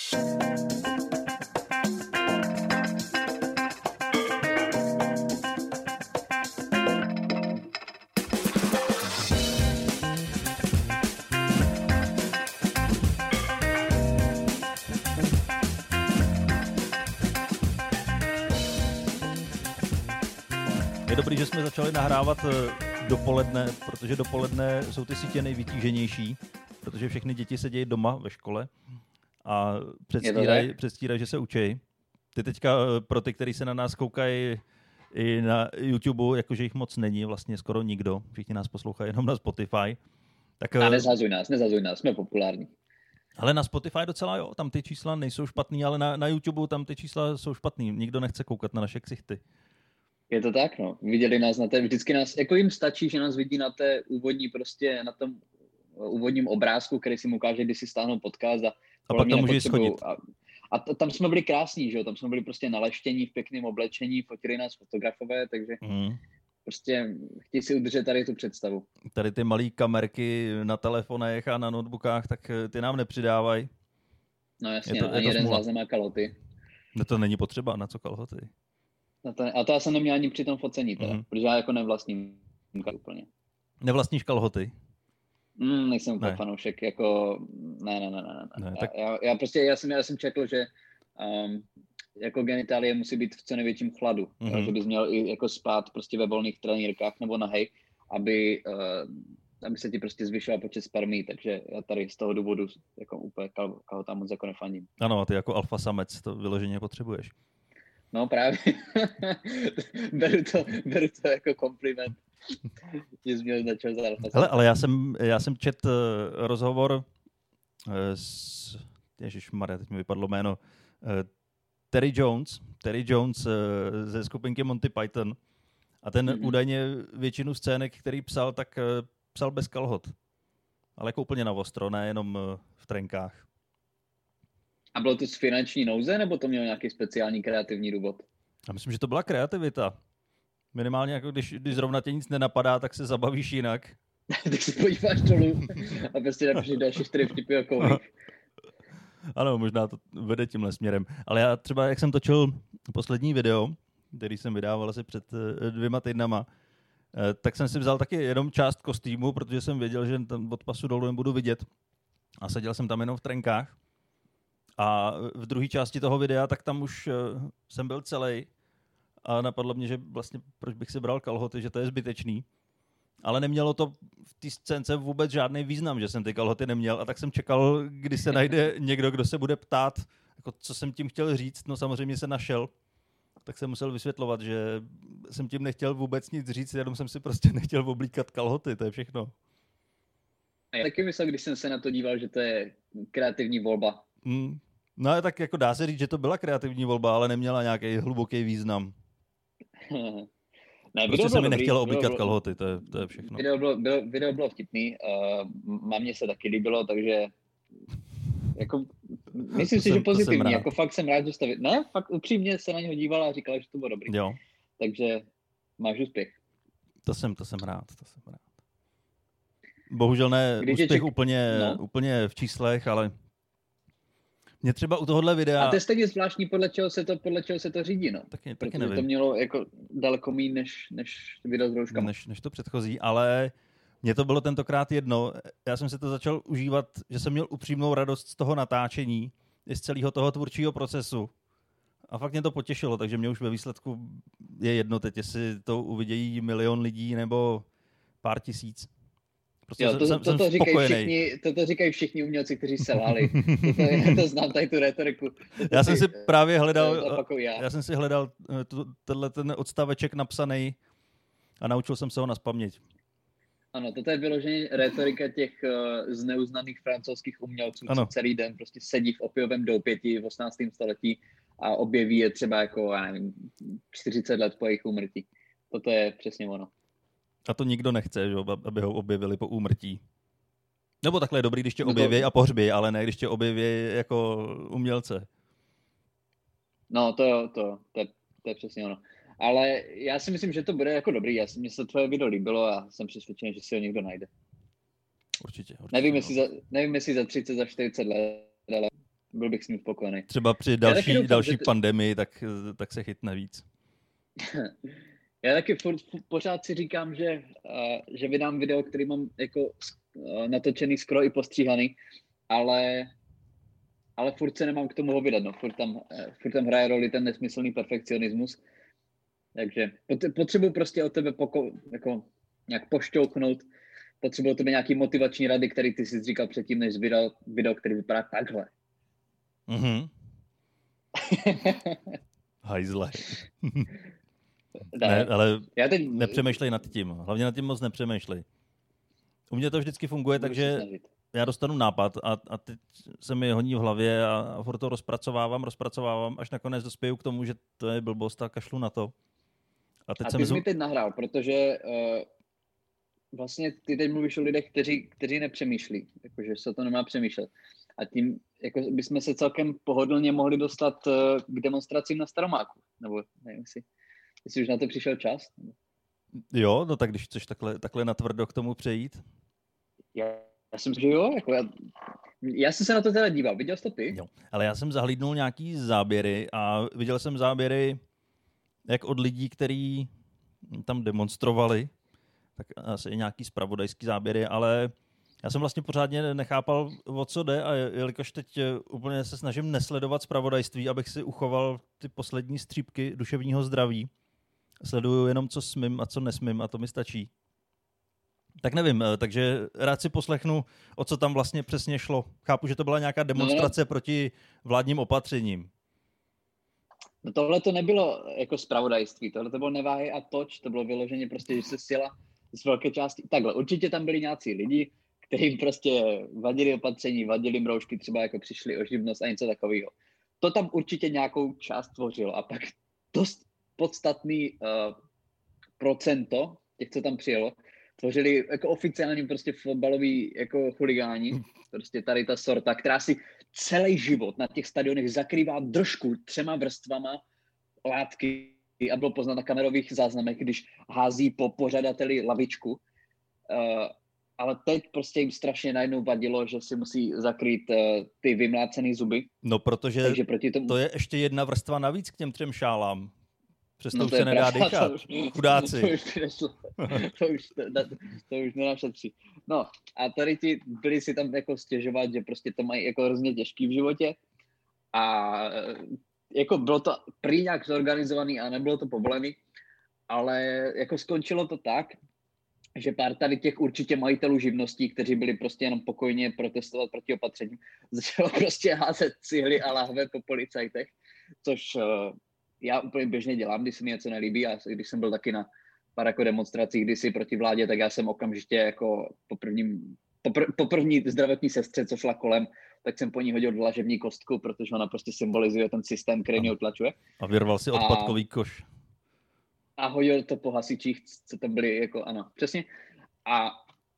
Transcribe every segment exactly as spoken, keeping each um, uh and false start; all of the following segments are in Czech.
Je dobrý, že jsme začali nahrávat dopoledne, protože dopoledne jsou ty sítě nejvytíženější, protože všechny děti sedějí doma ve škole a předstírají, předstírají, že se učí. Ty teďka pro ty, kteří se na nás koukají i na YouTube, jakože jich moc není, vlastně skoro nikdo, všichni nás poslouchají jenom na Spotify. Tak, a nezazuj nás, nezazuj nás, jsme populární. Ale na Spotify docela jo, tam ty čísla nejsou špatný, ale na, na YouTube tam ty čísla jsou špatný, nikdo nechce koukat na naše ksichty. Je to tak, no. Viděli nás na té, vždycky nás, jako jim stačí, že nás vidí na té úvodní prostě, na tom úvodním obrázku, který si mu ukáže, když si stáhnou podcast a, a pak tam může schodit. A, a t- tam jsme byli krásní, že jo, tam jsme byli prostě naleštění v pěkném oblečení, fotili nás fotografové, takže mm. prostě chtějí si udržet tady tu představu. Tady ty malé kamerky na telefonech a na notebookách, tak ty nám nepřidávají. No jasně, to, ani jeden z vás nemá kalhoty. No to není potřeba, na co kalhoty. No to, a to já jsem neměl ani při tom focení teda, mm. protože já jako nevlastním úplně. Nevlastníš kalhoty? Mm, nejsem úplně ne. fanoušek, jako ne, ne, ne, ne. ne. ne tak... já, já prostě, já jsem, já jsem četl, že um, jako genitálie musí být v co největším chladu, mm-hmm. že bys měl i jako spát prostě ve volných trenýrkách nebo nahej, aby, uh, aby se ti prostě zvyšoval počet spermí, takže já tady z toho důvodu jako úplně kal, kalhotám moc jako nefandím. Ano, a ty jako alfa samec to vyloženě potřebuješ. No právě, beru, to, beru to jako kompliment, že jsi měl začal za alfa. Hele, ale já jsem, já jsem čet uh, rozhovor uh, s, ježišmarja, teď mi vypadlo jméno, uh, Terry Jones, Terry Jones uh, ze skupinky Monty Python a ten mm-hmm. údajně většinu scének, který psal, tak uh, psal bez kalhot, ale jako úplně na ostro, ne jenom uh, v trenkách. A bylo to z finanční nouze, nebo to mělo nějaký speciální kreativní důvod? Já myslím, že to byla kreativita. Minimálně jako když, když zrovna tě nic nenapadá, tak se zabavíš jinak. Tak se podíváš dolů a prostě napíšeš další čtyři vtipy o koulích. Ano, možná to vede tímhle směrem. Ale já třeba, jak jsem točil poslední video, který jsem vydával asi před dvěma týdnama, tak jsem si vzal taky jenom část kostýmu, protože jsem věděl, že tam od pasu dolů nebudu vidět. A seděl jsem tam jenom v trenkách. A v druhé části toho videa, tak tam už uh, jsem byl celý a napadlo mě, že vlastně proč bych si bral kalhoty, že to je zbytečný. Ale nemělo to v té scénce vůbec žádný význam, že jsem ty kalhoty neměl a tak jsem čekal, kdy se najde někdo, kdo se bude ptát, jako co jsem tím chtěl říct. No samozřejmě se našel, tak jsem musel vysvětlovat, že jsem tím nechtěl vůbec nic říct, jenom jsem si prostě nechtěl oblíkat kalhoty, to je všechno. Já taky myslel, když jsem se na to díval, že to je kreativní volba. Hmm. No ale tak jako dá se říct, že to byla kreativní volba, ale neměla nějaký hluboký význam. Ne, prostě se mi nechtělo oblíkat bylo, kalhoty, to je, to je všechno. Video bylo, bylo, video bylo vtipný, uh, mámě se taky líbilo, takže jako, myslím si, jsem, že pozitivní, jako fakt jsem rád, že jste, ne, fakt upřímně se na něho dívala a říkala, že to bylo dobrý. Jo. Takže máš úspěch. To jsem, to jsem rád, to jsem rád. Bohužel ne Když úspěch ček... úplně, no. úplně v číslech, ale mě třeba u tohohle videa... A to je stejně zvláštní, podle čeho se to, podle čeho se to řídí, no. Taky, taky nevím. To mělo jako daleko méně než, než video s rouškama. Než, než to předchozí, ale mně to bylo tentokrát jedno. Já jsem si to začal užívat, že jsem měl upřímnou radost z toho natáčení, z celého toho tvůrčího procesu. A fakt mě to potěšilo, takže mě už ve výsledku je jedno teď, jestli to uvidějí milion lidí nebo pár tisíc. Prostě jo, to, jsem, to, to, jsem říkají všichni, to, to říkají všichni umělci, kteří selhali. to, to, já to znám tady tu retoriku. To, já jsem si právě hledal, já. já jsem si hledal tenhle ten odstaveček napsaný a naučil jsem se ho nazpaměť. Ano, toto je vyloženě retorika těch uh, zneuznaných francouzských umělců, co celý den prostě sedí v opiovém doupěti v osmnáctém století a objeví je třeba jako, já nevím, čtyřicet let po jejich úmrtí. Toto je přesně ono. A to nikdo nechce, že, aby ho objevili po úmrtí. Nebo takhle je dobrý, když tě objeví a pohřbí, ale ne, když tě objeví jako umělce. No, to, to, to, je, to je přesně ono. Ale já si myslím, že to bude jako dobrý. Já si, mně se tvoje video líbilo a jsem přesvědčený, že si ho někdo najde. Určitě. určitě nevím, no. jestli za, nevím, jestli za třicet, za čtyřicet let, ale byl bych s ním spokojený. Třeba při další, doufám, další ty... pandemii, tak, tak se chytne víc. Já taky furt, pořád si říkám, že, uh, že vydám video, který mám jako uh, natočený, skoro i postříhaný, ale, ale furt se nemám k tomu ho vydat, no. Furt tam, uh, furt tam hraje roli ten nesmyslný perfekcionismus. Takže potřebuji prostě od tebe poko, jako nějak pošťouknout, potřebuji od tebe nějaký motivační rady, který ty jsi říkal předtím, než vydal video, který vypadá takhle. Mhm. Hajzle. Ne, ne, ale já teď... nepřemýšlej nad tím. Hlavně nad tím moc nepřemýšlej. U mě to vždycky funguje, takže já dostanu nápad a, a teď se mi honí v hlavě a, a furt to rozpracovávám, rozpracovávám, až nakonec dospěju k tomu, že to je blbost a kašlu na to. A, teď a jsem ty jsi zv... mi teď nahrál, protože uh, vlastně ty teď mluvíš o lidech, kteří, kteří nepřemýšlí, jakože se to nemá přemýšlet. A tím jako bychom se celkem pohodlně mohli dostat uh, k demonstracím na Staromáku. Nebo nevím, jestli, jestli už na to přišel čas. Jo, no tak když chceš takhle, takhle natvrdo k tomu přejít. Já, já jsem že jo, jako já, já jsem se na to teda díval. Viděl jsi to ty? Jo, ale já jsem zahlídnul nějaký záběry a viděl jsem záběry jak od lidí, kteří tam demonstrovali, tak asi i nějaký zpravodajský záběry, ale já jsem vlastně pořádně nechápal, o co jde a jelikož teď úplně se snažím nesledovat zpravodajství, abych si uchoval ty poslední střípky duševního zdraví. Sleduju jenom, co smím a co nesmím a to mi stačí. Tak nevím, takže rád si poslechnu, o co tam vlastně přesně šlo. Chápu, že to byla nějaká demonstrace no, no. proti vládním opatřením. No tohle to nebylo jako zpravodajství, tohle to bylo neváhy a toč, to bylo vyloženě prostě, že se sjela z velké části. Takhle, určitě tam byli nějací lidi, kterým prostě vadili opatření, vadili mroužky, třeba jako přišli o živnost a něco takového. To tam určitě nějakou část tvořilo a pak dost podstatný uh, procento těch, co tam přijelo, tvořili jako oficiální prostě fotbaloví jako chuligáni, prostě tady ta sorta, která si celý život na těch stadionech zakrývá držku třema vrstvama látky a bylo poznat na kamerových záznamech, když hází po pořadateli lavičku. Uh, ale teď prostě jim strašně najednou vadilo, že si musí zakrýt uh, ty vymlácený zuby. No protože Takže proti tomu... to je ještě jedna vrstva navíc k těm třem šálám. Přesto no už se nedá pravda, dýchat. To už, Chudáci. To už, to už, to, to, to už nenašetří. No a tady ti byli si tam jako stěžovat, že prostě to mají jako hrozně těžký v životě a jako bylo to prý nějak zorganizovaný a nebylo to povolený, ale jako skončilo to tak, že pár tady těch určitě majitelů živností, kteří byli prostě jenom pokojně protestovat proti opatřením, začalo prostě házet cihly a lahve po policajtech, což já úplně běžně dělám, když se mi něco nelíbí a když jsem byl taky na pár jako demonstracích kdysi proti vládě, tak já jsem okamžitě jako po, prvním, po, pr, po první zdravotní sestře, co šla kolem, tak jsem po ní hodil dlažební kostku, protože ona prostě symbolizuje ten systém, který mě utlačuje. A vyrval si odpadkový a, koš. A hodil to po hasičích, co tam byli, jako ano, přesně. A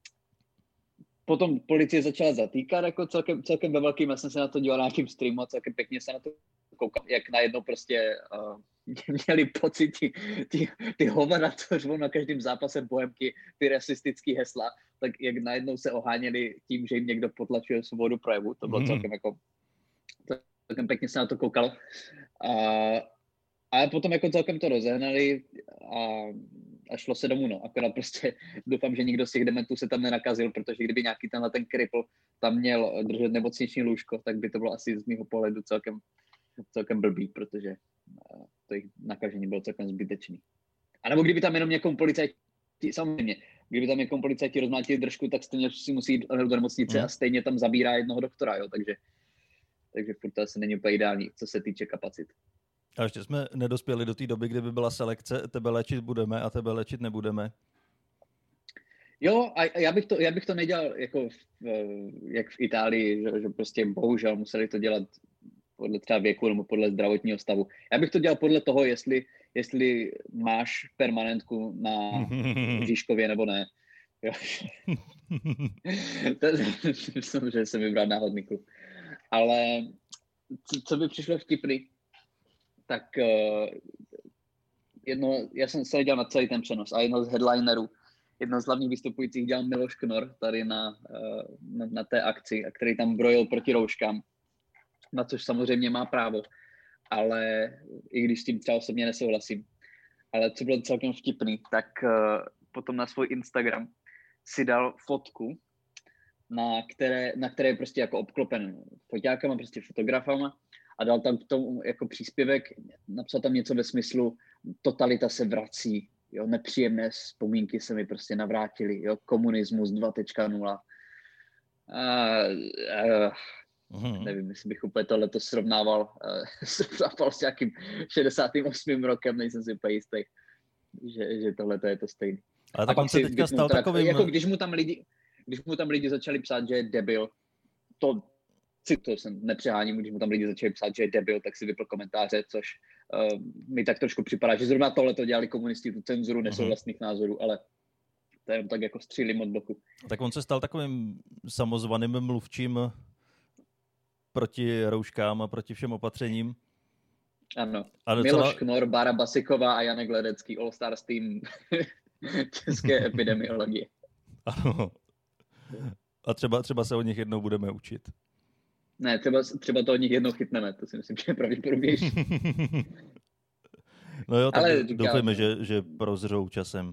potom policie začala zatýkat, jako celkem, celkem ve velkým, já jsem se na to díval na nějakým streamu a celkem pěkně se na to koukal, jak najednou prostě uh, měli pocit ty, ty, ty hovada, co řvou na každém zápase Bohemky, ty rasistický hesla, tak jak najednou se oháněli tím, že jim někdo potlačuje svobodu projevu, to bylo mm. celkem jako, celkem pěkně se na to koukalo. A, a potom jako celkem to rozehnali a, a šlo se domů, no. Akorát prostě doufám, že nikdo z těch dementů se tam nenakazil, protože kdyby nějaký tenhle ten kripl tam měl držet nemocniční lůžko, tak by to bylo asi z mého pohledu celkem celkem blbý, protože to jejich nakažení bylo celkem zbytečný. A nebo kdyby tam jenom někomu policajti, samozřejmě, kdyby tam někomu policajti rozmlátili držku, tak stejně si musí jít do nemocnice hmm. a stejně tam zabírá jednoho doktora, jo, takže, takže furt to asi není úplně ideální, co se týče kapacit. A ještě jsme nedospěli do té doby, kdy by byla selekce, tebe léčit budeme a tebe léčit nebudeme. Jo, a já bych to, já bych to nedělal jako v, jak v Itálii, že, že prostě bohužel museli to dělat podle třeba věku nebo podle zdravotního stavu. Já bych to dělal podle toho, jestli, jestli máš permanentku na Žižkově nebo ne. Jo. To myslím, že jsem vybral náhodný klub. Ale co, co by přišlo vtipný, tak uh, jedno, já jsem se dělal na celý ten přenos a jedno z headlinerů, jedno z hlavních vystupujících dělal Miloš Knor tady na, uh, na, na té akci, který tam brojil proti rouškám. na což samozřejmě má právo, ale i když s tím třeba osobně nesouhlasím. Ale co bylo celkem vtipný, tak uh, potom na svůj Instagram si dal fotku, na které, na které je prostě jako obklopen foťákama, prostě fotografama a dal tam k tomu jako příspěvek, napsal tam něco ve smyslu totalita se vrací, jo, nepříjemné vzpomínky se mi prostě navrátily, jo, komunismus dva tečka nula. A, a, mm. Nevím, jestli bych úplně tohleto srovnával, uh, srovnával s nějakým šedesátým osmým rokem, nejsem si úplně jistý, že, že tohleto je to stejný. Ale tak on se teďka stal teda, takovým... Jako když mu tam lidi, když mu tam lidi začali psát, že je debil, to, to jsem nepřeháním, když mu tam lidi začali psát, že je debil, tak si vypl komentáře, což uh, mi tak trošku připadá, že zrovna tohleto dělali komunisti, tu cenzuru nesouhlasných mm. názorů, ale to je tak jako střílím od boku. Tak on se stal takovým samozvaným mluvčím proti rouškám a proti všem opatřením. Ano. Docela... Miloš Knor, Bára Basiková a Janek Ledecký, All Stars tým české epidemiologie. Ano. A třeba, třeba se o nich jednou budeme učit. Ne, třeba, třeba to od nich jednou chytneme, to si myslím, že je pravděpodobnější. No jo, tak ale doufejme, že, že prozřou časem.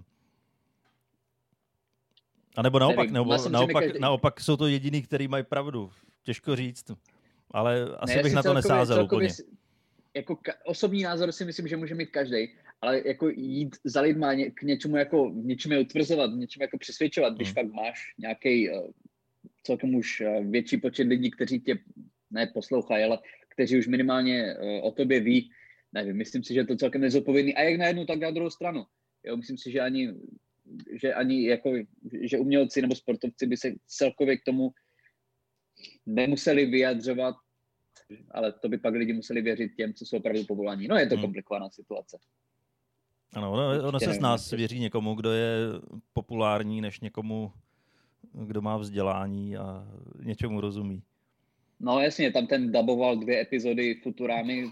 A nebo naopak, nebo myslím, naopak, každý... naopak jsou to jediný, který mají pravdu. Těžko říct, ale asi ne, bych na to celkově, nesázel celkově, úplně. Jako ka- osobní názor si myslím, že může mít každý, ale jako jít za lidma ně, k něčemu jako, něčemu je utvrzovat, něčemu jako přesvědčovat, když hmm. fakt máš nějaký uh, celkem už uh, větší počet lidí, kteří tě ne poslouchají, ale kteří už minimálně uh, o tobě ví, nevím, myslím si, že je to celkem nezodpovědný a jak na jednu, tak na druhou stranu. Jo, myslím si, že ani že ani jako, že umělci nebo sportovci by se celkově k tomu nemuseli vyjadřovat, ale to by pak lidi museli věřit těm, co jsou opravdu povolání. No je to hmm. komplikovaná situace. Ano, ono, ono se z nás věří někomu, kdo je populární, než někomu, kdo má vzdělání a něčemu rozumí. No jasně, tam ten daboval dvě epizody Futurámy,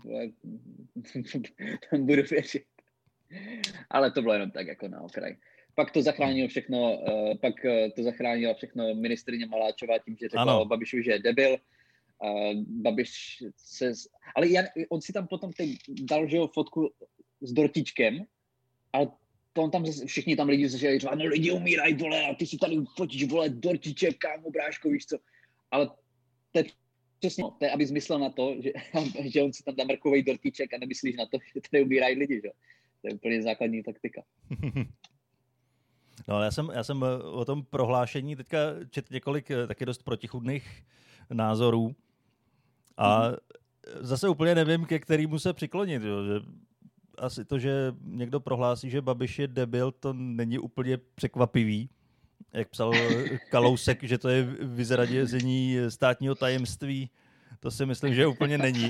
tam budu věřit. Ale to bylo jenom tak jako na okraj. Pak to zachránilo všechno, uh, pak to zachránila všechno ministryně Maláčová tím, že řekla o Babišovi, že je debil. Uh, Babiš se... Ale Jan, on si tam potom teď dal, že jo, fotku s dortičkem, ale to on tam zase, všichni tam lidi začali říct, no lidi umírají, vole, a ty si tady fotíš, vole, dortiček, kámo, bráško, víš co. Ale to je přesně, to je, aby zmyslel na to, že, že on si tam dá mrkovej dortiček a nemyslíš na to, že tady umírají lidi, že jo. To je úplně základní taktika. No, já jsem, já jsem o tom prohlášení teďka četl několik taky dost protichůdných názorů a mm. zase úplně nevím, ke kterému se přiklonit. Jo. Že asi to, že někdo prohlásí, že Babiš je debil, to není úplně překvapivý. Jak psal Kalousek, že to je vyzradění státního tajemství, to si myslím, že úplně není.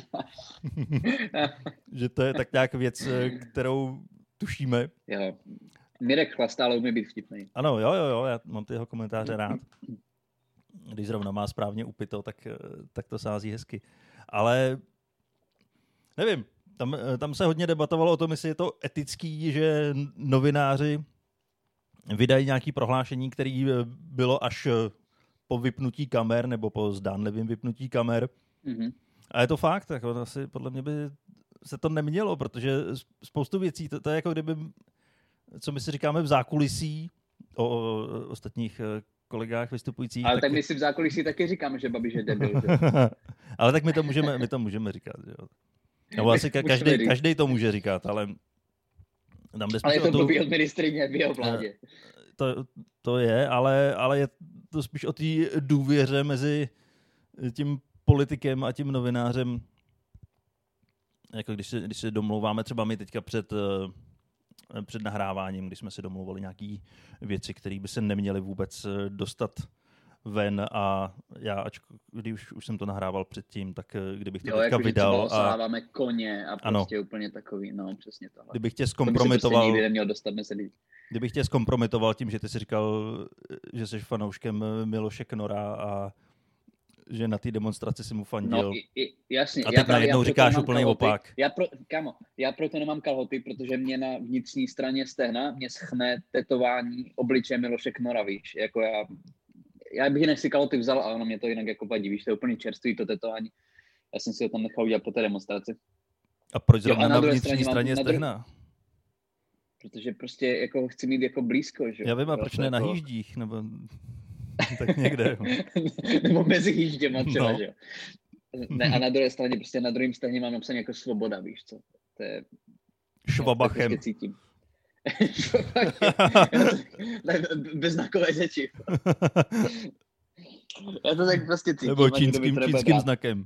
Že to je tak nějak věc, kterou tušíme. Jo. Mirek Chlastal umí být vtipný. Ano, jo, jo, jo, já mám ty jeho komentáře rád. Když zrovna má správně upito, tak, tak to sází hezky. Ale nevím, tam, tam se hodně debatovalo o tom, jestli je to etický, že novináři vydají nějaké prohlášení, které bylo až po vypnutí kamer nebo po zdánlivém vypnutí kamer. Mm-hmm. A je to fakt, tak asi podle mě by se to nemělo, protože spoustu věcí, to, to je jako kdyby, co my si říkáme v zákulisí o, o ostatních kolegách vystupujících. Ale tak, tak my si v zákulisí taky říkáme, že Babiš je debil. Ale tak my to můžeme, my to můžeme říkat. Jo. Nebo asi každý, každý to může říkat, ale tam jde ale je to tu... blbý od ministryně v jeho vládě. To, to je, ale, ale je to spíš o té důvěře mezi tím politikem a tím novinářem. Jako když se, když se domlouváme třeba my teďka před, před nahráváním, když jsme si domlouvali nějaké věci, které by se neměly vůbec dostat ven a já, ačko, když už jsem to nahrával předtím, tak kdybych to jo, teďka jako, vydal. Jo, osaháváme koně a prostě ano. Úplně takový, no přesně tohle. Kdybych tě zkompromitoval, to by se prostě neměl dostat mezi lidi. Kdybych tě zkompromitoval tím, že ty jsi říkal, že jsi fanouškem Miloše Knora a že na té demonstraci si mu fandil. No, i, i, jasně. A teď najednou říkáš úplný opak. Já, pro, kámo, já proto nemám kalhoty, protože mě na vnitřní straně stehna mě schne tetování obličeje Miloše Knora, víš. Jako já, já bych jinak si kalhoty vzal, ale ono mě to jinak jako vadí, víš, to je úplně čerstvý to tetování. Já jsem si ho tam nechal udělat po té demonstraci. A proč Jo, a zrovna na na druhé vnitřní straně mám- straně na dru- stehna? Protože prostě jako chci mít jako blízko, že jo. Já vím, a Jo, proč to ne na jako- hýždích, nebo tak někde. jo. Nebo mezi hýžděma třeba, No. že jo. Ne, a na druhé straně, prostě na druhém straně mám napsané jako svoboda, víš co. To je, Švabachem. to prostě cítím. Beznakové řeči. Já to tak prostě cítím. Nebo a nikdo mi čínským, to nebude čínským brát. znakem.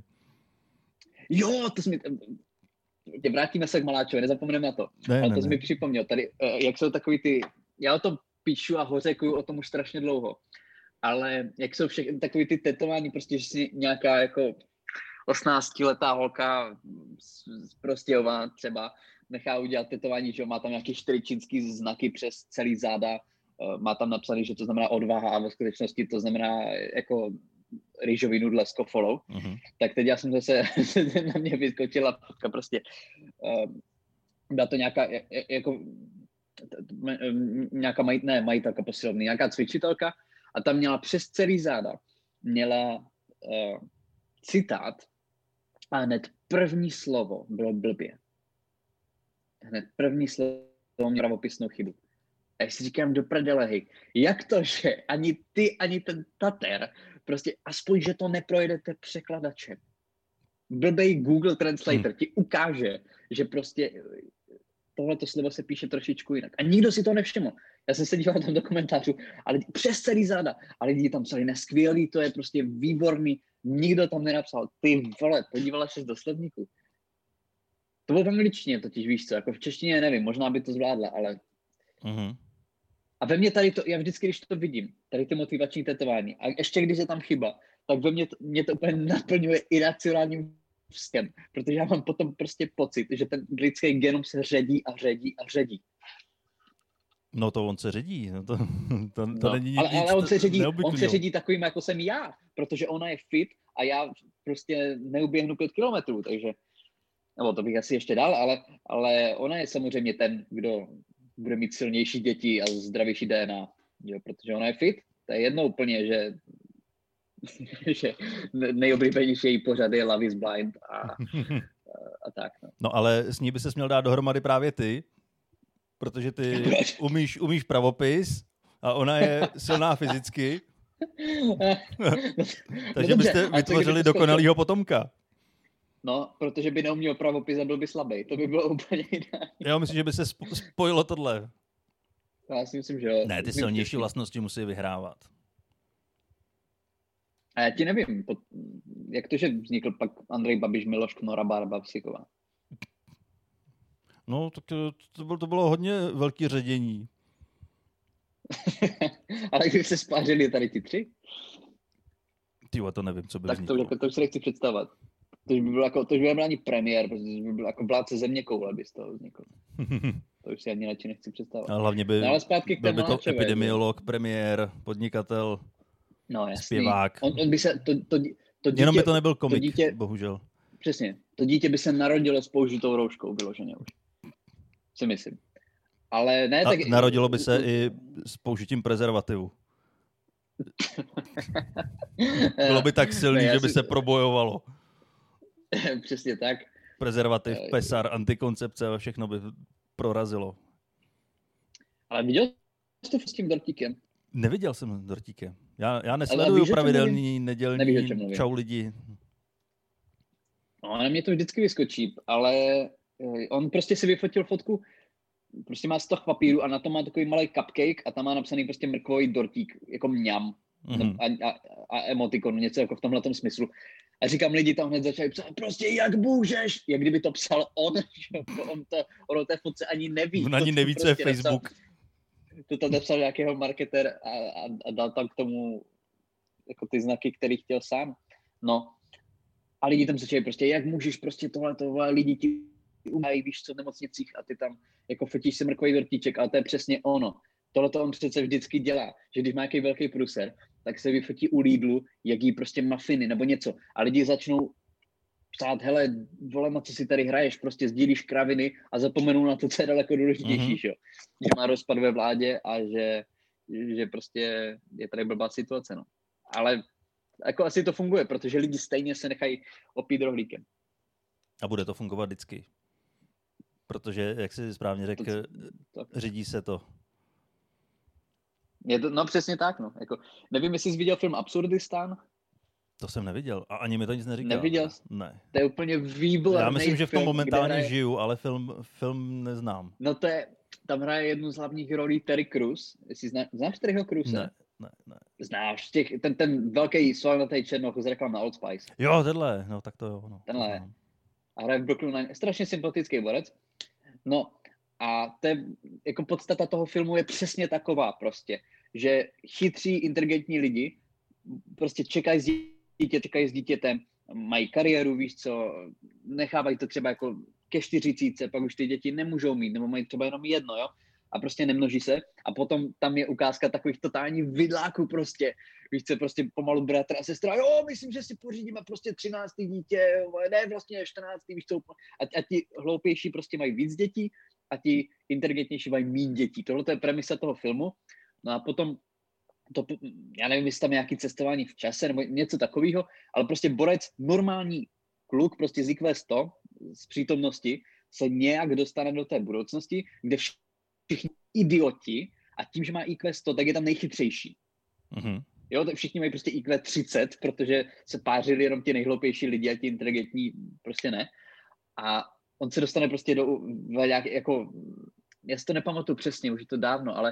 Jo, to jsi mi... Tě vrátíme se k Maláčovi, nezapomeneme na to. Ne, Ale ne, to jsi ne. mi připomněl. Tady, eh, jak jsou takový ty... Já o tom píšu a hořekuju o tom už strašně dlouho. Ale jak jsou všechny takový ty tetování, prostě, že si nějaká jako osmnáctiletá holka z, z Prostějova třeba nechá udělat tetování, že jo, má tam nějaký čtyři čínský znaky přes celý záda, eh, má tam napsaný, že to znamená odvaha a ve skutečnosti to znamená jako rýžový nudle s kofolou. Mhm. Tak teď já jsem zase, na mě vyskočila fotka prostě, uh, byla to nějaká, je- je- jako, t- m- nějaká maj, ne, majitelka posilovny, nějaká cvičitelka a tam měla přes celý záda, měla uh, citát a hned první slovo bylo blbě. Hned první slovo mělo pravopisnou chybu. A já si říkám do prdele, hej, jak to, že ani ty, ani ten Tater, prostě aspoň, že to neprojedete překladačem. Blbej Google Translator ti ukáže, že prostě tohleto slovo se píše trošičku jinak. A nikdo si to nevšiml. Já jsem se díval tam do komentářů, ale přes celý záda. A lidi tam psali, neskvělý, to je prostě výborný. Nikdo tam nenapsal, ty vole, podívala ses do slovníku. To bylo v angličtině totiž, víš co, jako v češtině nevím, možná by to zvládla, ale Mhm. a ve mně tady to, já vždycky, když to vidím, tady ty motivační tetování, a ještě když je tam chyba, tak ve mně to, mě to úplně naplňuje iracionálním vzkem, protože já mám potom prostě pocit, že ten lidský genom se ředí a ředí a ředí. No to on se ředí. No to, to, to No, není nic, ale, ale on se ředí, on neobvyklýho. se ředí takovým, jako jsem já, protože ona je fit a já prostě neuběhnu pět kilometrů, takže, nebo to bych asi ještě dal, ale, ale ona je samozřejmě ten, kdo bude mít silnější děti a zdravější D N A, jo, protože ona je fit, to je jedno úplně, že, že nejoblíbenější její pořad je Love is Blind a, a, a tak. No. No ale s ní by se měl dát dohromady právě ty, protože ty umíš, umíš pravopis a ona je silná fyzicky, takže dobře, byste ale co vytvořili kdyby to dokonalýho potomka. No, protože by neuměl pravopis a byl by slabý, to by bylo úplně ideální. Já myslím, že by se spo- spojilo tohle. Já si myslím, že jo. Ne, ty silnější vlastnosti musí vyhrávat. A já ti nevím, pod, jak to, že vznikl pak Andrej Babiš, Miloš Knora, Barba Vsiková. No, tak to, to, bylo, to bylo hodně velký ředění. Ale když se spářili tady ti tři, Tyjo, to nevím, co by tak to, vzniklo. jako, to už se nechci představovat. To už by byl jako, to už by nebyl ani premiér, protože to by byl jako vládce země koule by z toho vznikl. To už si ani radši nechci představovat. A hlavně by, No, ale zpátky k té byl by to Maláčové, epidemiolog, premiér, podnikatel, No jasný. zpěvák. On, on by se, to, to, to dítě, Jenom by to nebyl komik, to dítě, bohužel. Přesně. To dítě by se narodilo s použitou rouškou, vyloženě už. Si myslím. Ale ne, A tak... narodilo by se i s použitím prezervativu. Bylo by tak silný, Ne, já že by si- se probojovalo. Přesně tak. Prezervativ, Eh, pesar, antikoncepce a všechno by prorazilo. Ale viděl jsi to s tím dortíkem? Neviděl jsem dortíky. Já, já víš, nesleduju o čem pravidelný Nevíš, o čem nedělní mluvím. čau lidi. No, na mě to vždycky vyskočí, ale eh, on prostě si vyfotil fotku, prostě má stoch papíru a na tom má takový malý cupcake a tam má napsaný prostě mrkvový dortík, jako mňam. Mhm. A, a, a emotikon, něco jako v tomhletom smyslu. A říkám, lidi tam hned začali psát, prostě jak můžeš, jak kdyby to psal on, že on to, on o té fotce ani neví. On ani To neví, co je prostě napsal- Facebook. To tam napsal nějakého marketér a, a, a dal tam k tomu jako ty znaky, který chtěl sám. No. A lidi tam začali prostě, jak můžeš prostě tohle, tohle, lidi ti umají, víš co, v nemocnicích a ty tam jako fotíš si mrkový dortíček, ale to je přesně ono. Tohle to on přece vždycky dělá, že když má nějaký velký pruser, tak se vyfotí u Lidlu, jak jí prostě mafiny nebo něco. A lidi začnou psát, hele, vole, na co si tady hraješ, prostě sdílíš kraviny a zapomenou na to, co je daleko důležitější, Mhm. že jo. Že má rozpad ve vládě a že, že prostě je tady blbá situace, no. Ale jako asi to funguje, protože lidi stejně se nechají opít rohlíkem. A bude to fungovat vždycky. Protože, jak jsi správně řekl, to, to, řídí se to. Je to. No přesně tak, no. Jako, nevím, jestli jsi viděl film Absurdistán. To jsem neviděl. A ani mi to nic neříkal. Neviděl? Ne. To je úplně výborný. Já myslím, že v tom film, momentálně hraje... žiju, ale film, film neznám. No to je, tam hraje jednu z hlavních rolí Terry Crews. Jestli zná, znáš Terryho Crewse? Ne, ne, ne. Znáš, těch, ten, ten velký svalnatý černoch z reklam na Old Spice. Jo, tenhle, no tak to jo. No, tenhle. A hraje v Brooklyn Nine. Strašně sympatický borec. No a to je, jako podstata toho filmu je přesně taková prostě, že chytří, inteligentní lidi prostě čekají s dítě, čekají s dítětem, mají kariéru, víš co, nechávají to třeba jako ke čtyřicítce, pak už ty děti nemůžou mít, nebo mají třeba jenom jedno, jo, a prostě nemnoží se. A potom tam je ukázka takových totálních vidláků prostě, víš co, prostě pomalu bratr a sestra, jo, myslím, že si pořídíme prostě třináctý dítě, ne, vlastně čtrnáctý, víš co, a, a ti hloupější prostě mají víc dětí a ti inteligentnější mají méně dětí. Tohle je premisa toho filmu. No a potom to, já nevím, jestli tam je nějaký cestování v čase nebo něco takového, ale prostě borec, normální kluk, prostě z í kvé sto, z přítomnosti, se nějak dostane do té budoucnosti, kde všichni idioti a tím, že má í kvé sto, tak je tam nejchytřejší. Mm-hmm. Jo, tak všichni mají prostě í kvé třicet, protože se pářili jenom ti nejhloupější lidi a ti inteligentní prostě ne. A on se dostane prostě do jako, já si to nepamatuju přesně, už je to dávno, ale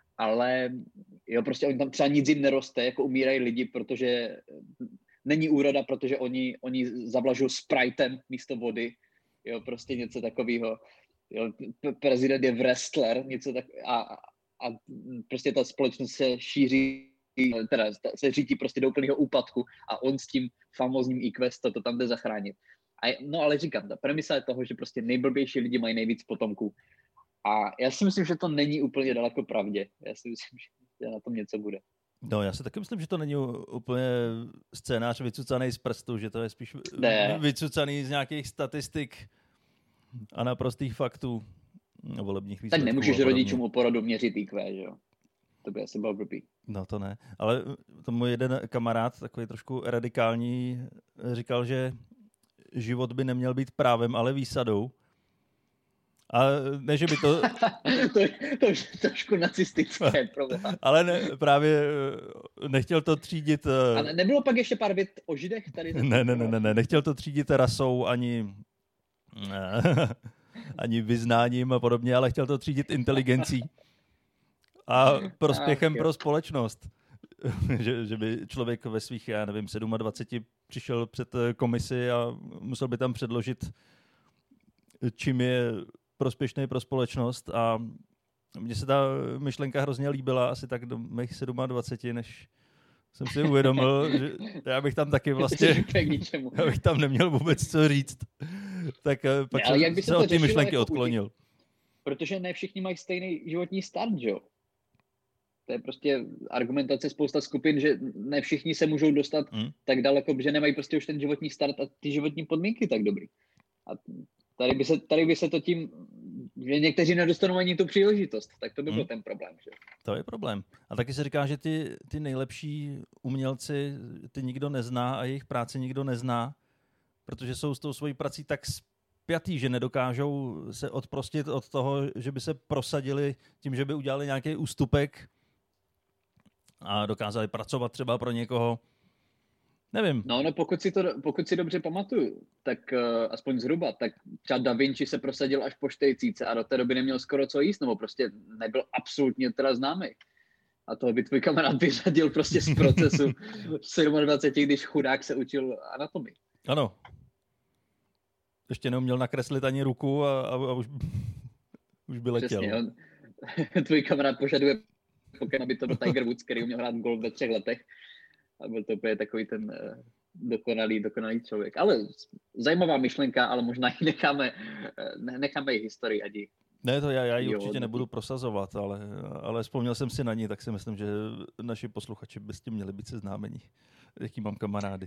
ale jo, prostě oni tam třeba nic jim neroste, jako umírají lidi, protože není úroda, protože oni, oni zavlažují Spritem místo vody, jo, prostě něco takového. Jo, prezident je wrestler, něco tak a, a prostě ta společnost se šíří, teda se řítí prostě do úplného úpadku a on s tím famózním í kvé sto to tam jde zachránit. A, no ale říkám, ta premisa je toho, že prostě nejblbější lidi mají nejvíc potomků. A já si myslím, že to není úplně daleko pravdě. Já si myslím, že na tom něco bude. No, já si taky myslím, že to není úplně scénář vycucaný z prstu, že to je spíš ne. vycucaný z nějakých statistik a naprostých faktů volebních výsledků. Tak nemůžeš rodičům o porodu měřit í kvé, že jo? To by asi bylo blbý. No to ne, ale to můj jeden kamarád, takový trošku radikální, říkal, že život by neměl být právem, ale výsadou. A ne, že by to... to, je, to je trošku nacistické problém. Ale ne, právě nechtěl to třídit... A nebylo pak ještě pár vět o Židech tady? Ne, ne, ne, ne, ne, nechtěl to třídit rasou ani, ani vyznáním a podobně, ale chtěl to třídit inteligencí a prospěchem Ach, pro společnost. že, že by člověk ve svých, já nevím, dvaceti sedmi přišel před komisi a musel by tam předložit, čím je prospěšný pro společnost, a mně se ta myšlenka hrozně líbila asi tak do mých dvaceti sedmi, než jsem si uvědomil, že já bych tam taky vlastně, já bych tam neměl vůbec co říct. Tak pak ne, jsem se, se od té myšlenky jako odklonil. Protože ne všichni mají stejný životní start, že jo? To je prostě argumentace spousta skupin, že ne všichni se můžou dostat hmm. tak daleko, že nemají prostě už ten životní start a ty životní podmínky tak dobrý. A tady by se, tady by se to tím, že někteří nedostanou ani tu příležitost, tak to by byl hmm. ten problém. Že? To je problém. A taky se říká, že ty, ty nejlepší umělci ty nikdo nezná a jejich práci nikdo nezná, protože jsou s tou svojí prací tak spjatý, že nedokážou se odprostit od toho, že by se prosadili tím, že by udělali nějaký ústupek a dokázali pracovat třeba pro někoho. Nevím. No, no pokud, si to, pokud si dobře pamatuju, tak uh, aspoň zhruba, tak třeba Da Vinci se prosadil až po čtyřicítce a do té doby neměl skoro co jíst, nebo prostě nebyl absolutně teda známý. A toho by tvůj kamarád vyřadil prostě z procesu v dvaceti sedmi, když chudák se učil anatomii. Ano. Ještě neuměl nakreslit ani ruku a, a, a už, už by letěl. Přesně, on, tvůj kamarád požaduje, aby to byl Tiger Woods, který uměl hrát golf ve třech letech. A byl to úplně takový ten uh, dokonalý, dokonalý člověk. Ale zajímavá myšlenka, ale možná ji necháme, uh, necháme ji historii. Adi. Ne, to já, já ji určitě nebudu prosazovat, ale, ale vzpomněl jsem si na ní, tak si myslím, že naši posluchači by s tím měli být seznámení. Jaký mám kamarády.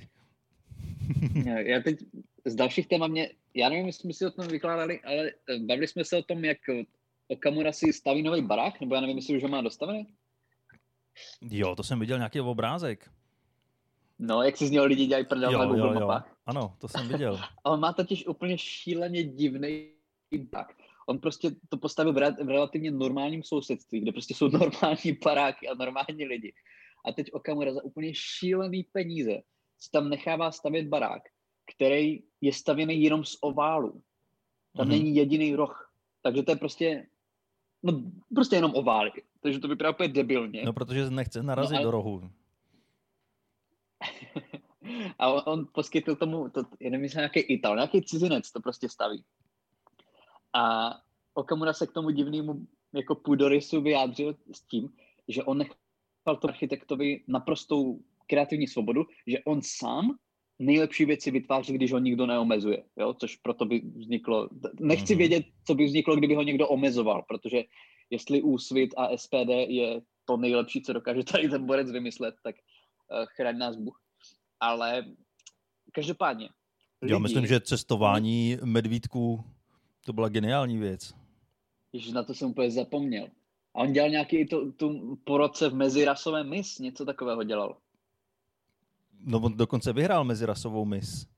Já teď z dalších témat mě, já nevím, jestli jsme si o tom vykládali, ale bavili jsme se o tom, jak Okamura si staví nový barák, nebo já nevím, jestli už ho má dostavený? Jo, to jsem viděl nějaký obrázek. No, jak si z něho lidi dělají prdel Jo, na Google jo, jo. mapách. Ano, to jsem viděl. A on má totiž úplně šíleně divný barák. On prostě to postavil v, re- v relativně normálním sousedství, kde prostě jsou normální baráky a normální lidi. A teď Okamura za úplně šílený peníze si tam nechává stavět barák, který je stavěný jenom z oválu. Tam mm-hmm. není jediný roh. Takže to je prostě, no prostě jenom ovály. Takže to vypadá úplně debilně. No, protože nechce narazit no, ale... do rohu. A on, on poskytl tomu, to, já nevím, jestli nějaký Ital, nějaký cizinec to prostě staví. A Okamura se k tomu divnému jako půdorysu vyjádřil s tím, že on nechal tomu architektovi naprostou kreativní svobodu, že on sám nejlepší věci vytváří, když ho nikdo neomezuje. Jo? Což proto by vzniklo... Nechci mm-hmm. vědět, co by vzniklo, kdyby ho někdo omezoval, protože jestli Úsvit a S P D je to nejlepší, co dokáže tady ten borec vymyslet, tak uh, chraň nás Bůh. Ale každopádně... Lidi, já myslím, že cestování medvídků to byla geniální věc. Ježiš, na to jsem úplně zapomněl. A on dělal nějaký to, tu porodce v mezirasovém mis, něco takového dělal. No on dokonce vyhrál mezirasovou mis.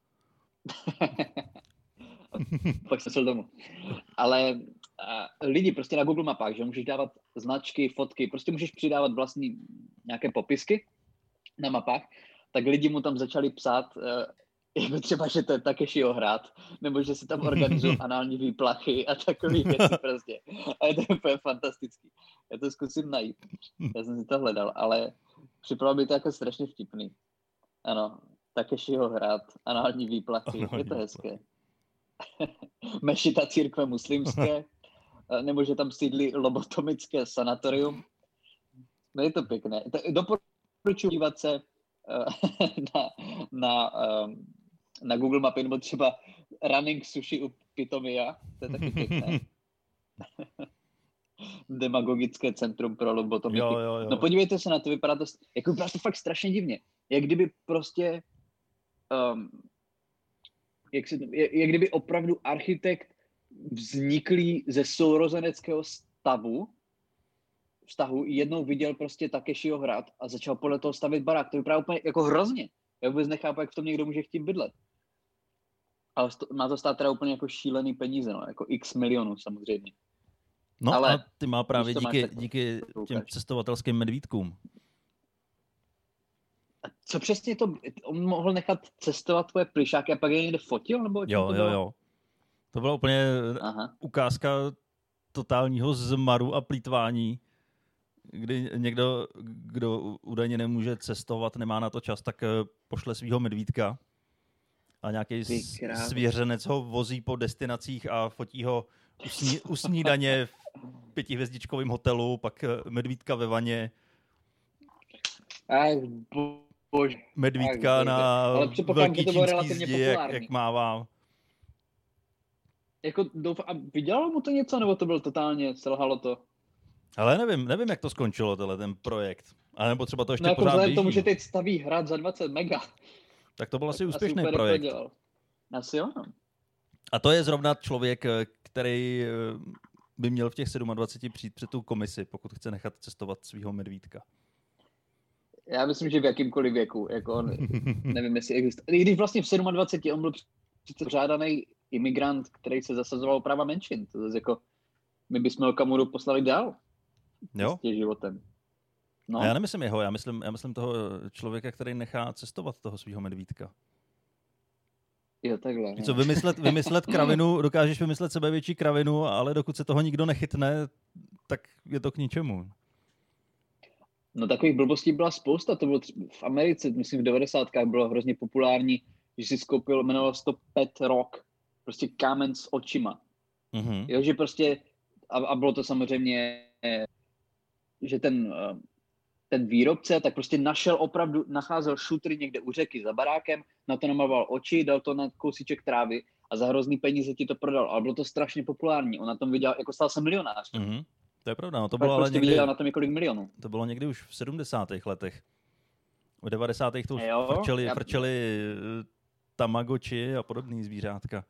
Pak jsem šel domů. Ale a, lidi prostě na Google mapách, že můžeš dávat značky, fotky, prostě můžeš přidávat vlastní nějaké popisky na mapách, tak lidi mu tam začali psát, jako třeba, že to je Takeshiho hrad, nebo že se tam organizují anální výplachy a takové věci prostě. A je to úplně fantastický. Já to zkusím najít. Já jsem si to hledal, ale připadalo by to jako strašně vtipný. Ano, Takeshiho hrad, anální výplachy, anální je to hezké. Mešita církve muslimské, nebo že tam sídlí lobotomické sanatorium. No je to pěkné. Doporučuji dívat se na, na, na Google mapy, nebo třeba running sushi u Pitomia, to je taky pěkné. Demagogické centrum pro lobotomiky. Jo, jo, jo. No podívejte se na to, vypadá to, jako vypadá to fakt strašně divně. Jak kdyby prostě, um, jak, si, jak, jak kdyby opravdu architekt vzniklý ze sourozeneckého stavu, vztahu jednou viděl prostě Takeshiho hrad a začal podle toho stavět barák. To vypadá úplně jako hrozně. Já vůbec nechápu, jak v tom někdo může chtít bydlet. Ale má to stát teda úplně jako šílený peníze, no, jako x milionů samozřejmě. No ale a ty má právě díky, máš, díky těm cestovatelským medvídkům. A co přesně to, on mohl nechat cestovat tvoje plyšáky a pak je někde fotil? Nebo jo, to jo, jo. To byla úplně Aha. ukázka totálního zmaru a plýtvání, kdy někdo, kdo údajně nemůže cestovat, nemá na to čas, tak pošle svého medvídka a nějaký svěřenec ho vozí po destinacích a fotí ho u, sní, u snídaně v pětihvězdičkovém hotelu, pak medvídka ve vaně. Ach, bože. Medvídka Ach, na velký čínský zdi, jak, jak mává. Jako doufám, a vydělalo mu to něco, nebo to bylo totálně, selhalo to? Ale nevím, nevím, jak to skončilo, tenhle ten projekt. A nebo třeba to ještě no jako pořád běží. Tomu, že teď staví hrad za dvacet mega. Tak to byl asi úspěšný asi projekt. Asi jo, no. A to je zrovna člověk, který by měl v těch dvaceti sedmi přijít před tu komisi, pokud chce nechat cestovat svého medvídka. Já myslím, že v jakýmkoliv věku. Jako on, nevím, jestli existuje. I když vlastně v dvaceti sedmi on byl žádaný imigrant, který se zasazoval o práva menšin. To je jako, my bychom Okamuru poslali dál. Jo. S životem. No. A já nemyslím jeho, já myslím, já myslím toho člověka, který nechá cestovat toho svého medvídka. Jo, takhle. Co, vymyslet, vymyslet kravinu, dokážeš vymyslet sebevětší kravinu, ale dokud se toho nikdo nechytne, tak je to k ničemu. No takových blbostí byla spousta, to bylo v Americe, myslím v devadesátkách bylo hrozně populární, že si skoupil, jmenovalo se to Pet Rock, prostě kámen s očima. Mm-hmm. Jo, že prostě, a, a bylo to samozřejmě, že ten, ten výrobce tak prostě našel opravdu, nacházel šutry někde u řeky za barákem, na to namaloval oči, dal to na kousíček trávy a za hrozný peníze ti to prodal. Ale bylo to strašně populární, on na tom viděl, jako stal se milionář. Mm-hmm. To je pravda, no to bylo ale prostě někdy, na tom několik milionů. To bylo někdy už v sedmdesátých letech. V devadesátých to už jo, frčeli, já... frčeli Tamagotchi a podobný zvířátka.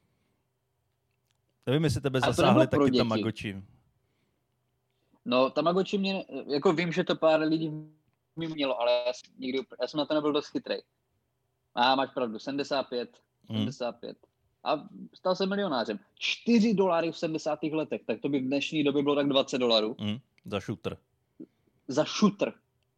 Nevím, jestli tebe zasáhly taky Tamagotchi. No, Tamagotchi mě, jako vím, že to pár lidí mi mělo, ale já jsem, nikdy, já jsem na to nebyl dost chytrej. A máš pravdu, sedmdesát pět, sedmdesát pět. Hmm. A stal se milionářem. čtyři dolary v sedmdesátých letech, tak to by v dnešní době bylo tak dvacet dolarů. Hmm. Za šutr. Za šutr.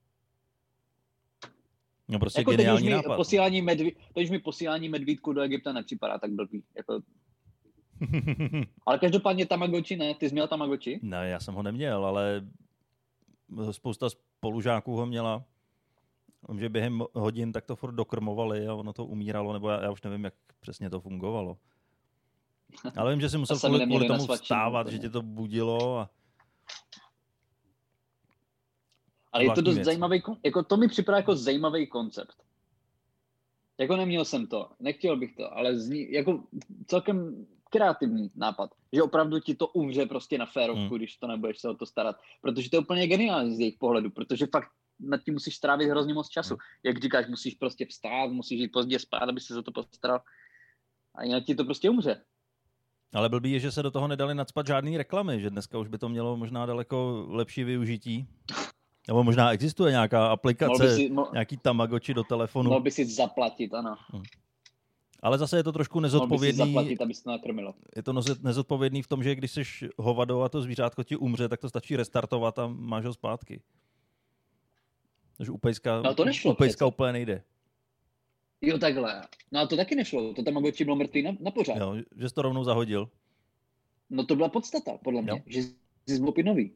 No prostě jako geniální mi nápad. Posílání medví, to už mi posílání medvídku do Egypta nepřipadá tak blbý. Jako... ale každopádně Tamagotchi ne, ty jsi měl Tamagotchi? Ne, já jsem ho neměl, ale spousta spolužáků ho měla. Vím, že během hodin tak to furt dokrmovali a ono to umíralo, nebo já, já už nevím, jak přesně to fungovalo. Ale vím, že si musel kvůli, kvůli tomu vstávat, že tě to budilo. A... Ale je to dost věc. zajímavý, jako to mi připadá jako zajímavý koncept. Jako neměl jsem to, nechtěl bych to, ale zní, jako celkem kreativní nápad, že opravdu ti to umře prostě na férovku, hmm. když to nebudeš se o to starat, protože to je úplně geniální z jejich pohledu, protože fakt nad tím musíš strávit hrozně moc času. Hmm. Jak říkáš, musíš prostě vstát, musíš jít pozdě spát, aby se za to postaral a jinak ti to prostě umře. Ale blbý je, že se do toho nedali nacpat žádný reklamy, že dneska už by to mělo možná daleko lepší využití. Nebo možná existuje nějaká aplikace, si, mo- nějaký Tamagotchi do telefonu. Mohl by si zaplatit, ano. Hmm. Ale zase je to trošku nezodpovědný. Mohl by si zaplatit, abys to nakrmilo. Je to nezodpovědný v tom, že když jsi hovado a to zvířátko ti umře, tak to stačí restartovat a máš ho zpátky. Takže u pejska, no to nešlo, u pejska úplně nejde. Jo, takhle. No a to taky nešlo. To Tamagotchi bylo mrtvý na, na pořád. Jo, že jsi to rovnou zahodil. No to byla podstata, podle mě. Jo. Že jsi byl nový.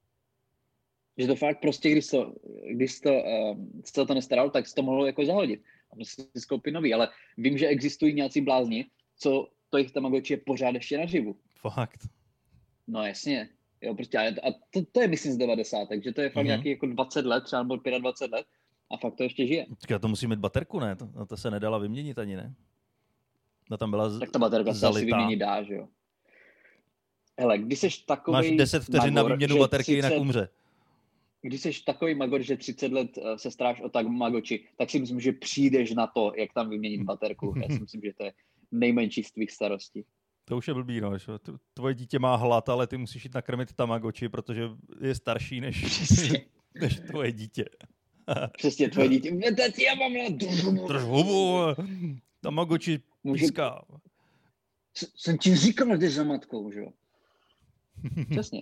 Že to fakt prostě, když to, když to, um, se to nestaral, tak jsi to mohlo jako zahodit. A musíš si skoupit nový. Ale vím, že existují nějací blázni, co to jich Tamagotchi je pořád ještě naživu. Fakt. No jasně. Jo, prostě, a to, to je myslím z devadesát, takže to je fakt mm-hmm. nějaký jako dvacet let, třeba nebo dvacet pět let a fakt to ještě žije. Tak to musí mít baterku, ne? To, to se nedala vyměnit ani, ne? No tam byla z... Tak ta baterka se asi vyměnit dá, že jo. Hele, když seš takovej máš deset vteřin na výměnu baterky, třicet, jinak umře. Když seš takový magor, že třicet let se staráš o Tamagotchi, tak si myslím, že přijdeš na to, jak tam vyměnit baterku. Já si myslím, že to je nejmenší z tvých starostí. To už je blbý, no. Tvoje dítě má hlad, ale ty musíš jít nakrmit Tamagotchi, protože je starší než, než tvoje dítě. Přesně, tvoje dítě. Tati, já mám hlad. Drž hubu, Tamagotchi píská. Jsem ti říkal, že jdeš za matkou, že jo? Přesně.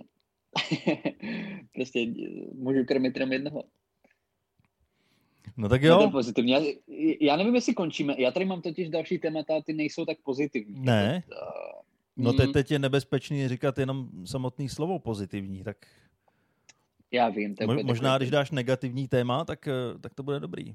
Prostě můžu krmit jenom jednoho. No tak jo. No to je pozitivní. Já, já nevím, jestli končíme. Já tady mám totiž další témata, ty nejsou tak pozitivní. Ne. No teď, teď je nebezpečný říkat jenom samotný slovo pozitivní, tak... Já vím. To Mo- možná, takový... když dáš negativní téma, tak, tak to bude dobrý.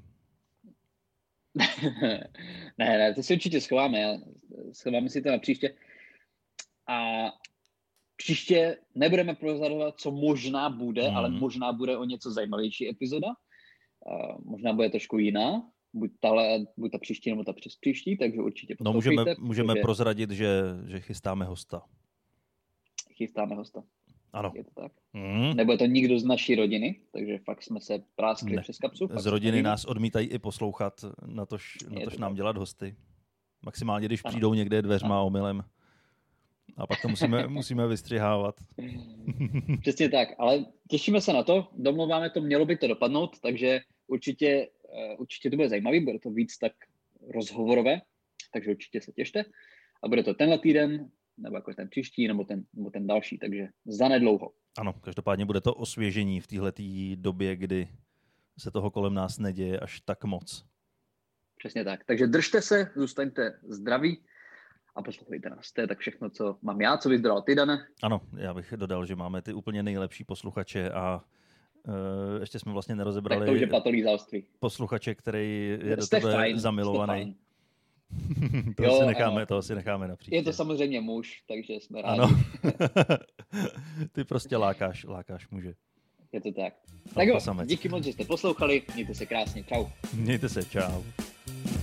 ne, ne, to si určitě schováme. Schováme si to na příště. A příště nebudeme prozradovat, co možná bude, hmm. ale možná bude o něco zajímavější epizoda. Uh, možná bude trošku jiná, buď, tahle, buď ta příští, nebo ta přes příští, takže určitě poslouchejte. No můžeme, můžeme protože... prozradit, že, že chystáme hosta. Chystáme hosta. Ano. Je to tak? Hmm. Nebude to nikdo z naší rodiny, takže fakt jsme se práskli ne. přes kapsu. Z rodiny nás odmítají i poslouchat, natož, natož nám tak. dělat hosty. Maximálně, když ano. přijdou někde dveřma ano. omylem. A pak to musíme, musíme vystřihávat. Přesně tak, ale těšíme se na to, domluváme to, mělo by to dopadnout, takže určitě, určitě to bude zajímavý, bude to víc tak rozhovorové, takže určitě se těšte. A bude to tenhle týden, nebo jako ten příští, nebo ten, nebo ten další, takže zanedlouho. Ano, každopádně bude to osvěžení v téhleté době, kdy se toho kolem nás neděje až tak moc. Přesně tak, takže držte se, zůstaňte zdraví. A poslouchejte nás. To je tak všechno, co mám já, co vyzdral ty, Dane. Ano, já bych dodal, že máme ty úplně nejlepší posluchače a uh, ještě jsme vlastně nerozebrali tak to už je patolízalství. Posluchače, který je do jste tebe fajn, zamilovaný. to, jo, si necháme, to si necháme napříště. Je to samozřejmě muž, takže jsme rádi. Ano. Ty prostě lákáš, lákáš muže. Je to tak. Tak jo, díky moc, že jste poslouchali. Mějte se krásně. Čau. Mějte se, čau.